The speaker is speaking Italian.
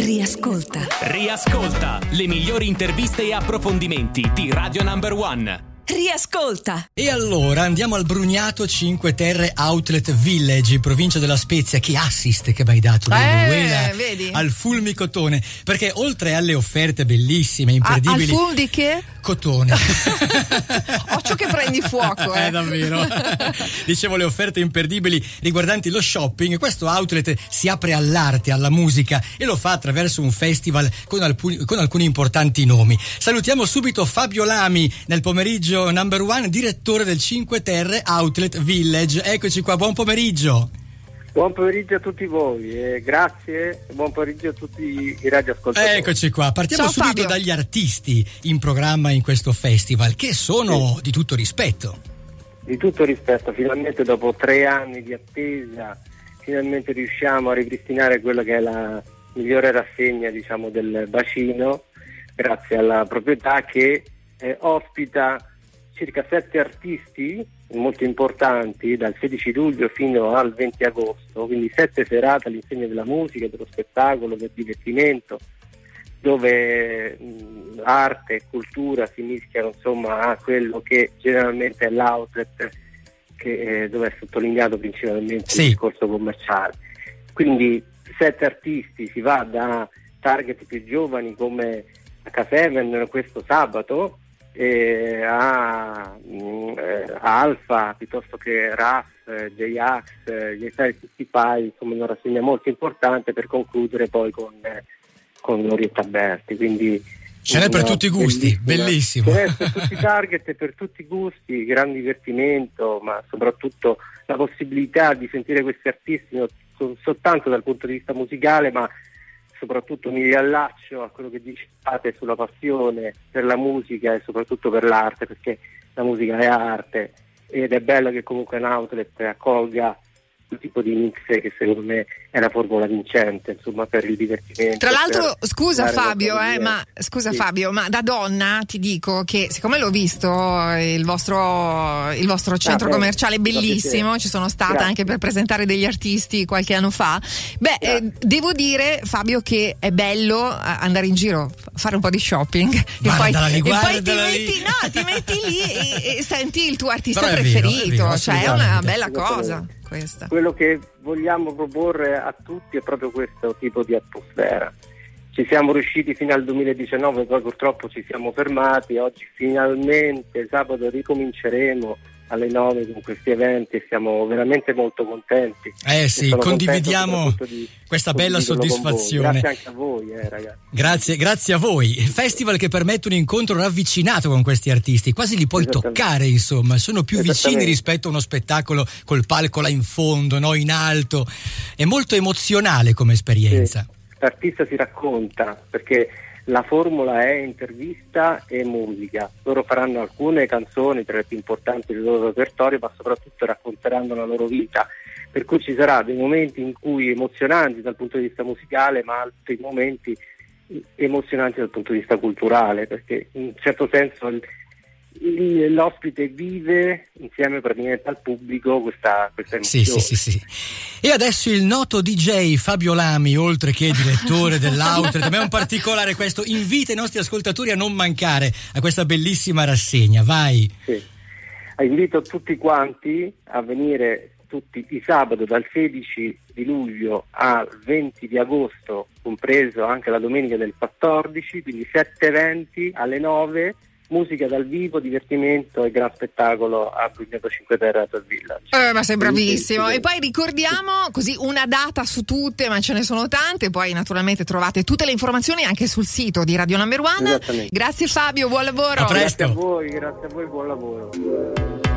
Riascolta. Riascolta le migliori interviste e approfondimenti di Radio Number One. Riascolta. E allora andiamo al Brugnato 5 Terre Outlet Village, in provincia della Spezia. Che assist che mi hai dato, vedi? Al fulmicotone, perché oltre alle offerte bellissime, imperdibili, al ful di che? cotone. Occhio che prendi fuoco, davvero. Dicevo, le offerte imperdibili riguardanti lo shopping. Questo outlet si apre all'arte, alla musica, e lo fa attraverso un festival con alcuni importanti nomi. Salutiamo subito Fabio Lami nel pomeriggio Number One, direttore del 5 Terre Outlet Village. Eccoci qua, buon pomeriggio. Buon pomeriggio a tutti voi, grazie, buon pomeriggio a tutti i radioascoltatori. Eccoci qua, partiamo subito dagli artisti in programma in questo festival, che sono di tutto rispetto. Di tutto rispetto, finalmente dopo 3 anni di attesa, finalmente riusciamo a ripristinare quella che è la migliore rassegna, diciamo, del bacino, grazie alla proprietà che ospita circa 7 artisti molto importanti dal 16 luglio fino al 20 agosto, quindi 7 serate all'insegna della musica, dello spettacolo, del divertimento, dove arte e cultura si mischiano, insomma, a quello che generalmente è l'outlet, dove è sottolineato principalmente il discorso commerciale. Quindi 7 artisti, si va da target più giovani come H7 questo sabato, a Alfa, piuttosto che Ras, J-Ax, gli Stati, insomma una rassegna molto importante, per concludere poi con Orietta Berti. Quindi ce n'è per tutti i gusti, bellissimo. Ce n'è per tutti i target e per tutti i gusti, gran divertimento, ma soprattutto la possibilità di sentire questi artisti non soltanto dal punto di vista musicale, ma soprattutto mi riallaccio a quello che dicevate sulla passione per la musica e soprattutto per l'arte, perché la musica è arte ed è bello che comunque un outlet accolga un tipo di mix che secondo me è la formula vincente, insomma, per il divertimento. Tra l'altro, scusa Fabio, ma da donna ti dico che, siccome l'ho visto il vostro centro commerciale bellissimo, ci sono stata anche per presentare degli artisti qualche anno fa. Devo dire, Fabio, che è bello andare in giro, fare un po' di shopping e poi ti metti lì e senti il tuo artista preferito, cioè è una bella cosa questa. Quello che vogliamo proporre a tutti è proprio questo tipo di atmosfera. Ci siamo riusciti fino al 2019, poi purtroppo ci siamo fermati. Oggi finalmente sabato ricominceremo alle 9 con questi eventi e siamo veramente molto contenti. Sì, condividiamo questa bella soddisfazione. Grazie anche a voi, ragazzi. Grazie a voi. Festival che permette un incontro ravvicinato con questi artisti, quasi li puoi toccare, insomma, sono più vicini rispetto a uno spettacolo col palco là in fondo, no, in alto. È molto emozionale come esperienza. Sì. L'artista si racconta, perché la formula è intervista e musica. Loro faranno alcune canzoni tra le più importanti del loro repertorio, ma soprattutto racconteranno la loro vita, per cui ci saranno dei momenti in cui emozionanti dal punto di vista musicale, ma altri momenti emozionanti dal punto di vista culturale, perché in un certo senso l'ospite vive insieme praticamente al pubblico questa emozione. Sì. E adesso il noto DJ Fabio Lami, oltre che direttore dell'outlet, a me è un particolare questo, invita i nostri ascoltatori a non mancare a questa bellissima rassegna. Vai. Sì. Invito tutti quanti a venire tutti i sabato dal 16 di luglio al 20 di agosto, compreso anche la domenica del 14, quindi 7 eventi alle 9, musica dal vivo, divertimento e gran spettacolo a Brugnato 5 Terre Outlet Village. Ma sei bravissimo. E poi ricordiamo così una data su tutte, ma ce ne sono tante. Poi naturalmente trovate tutte le informazioni anche sul sito di Radio Number One. Grazie Fabio, buon lavoro. A presto. Grazie a voi, buon lavoro.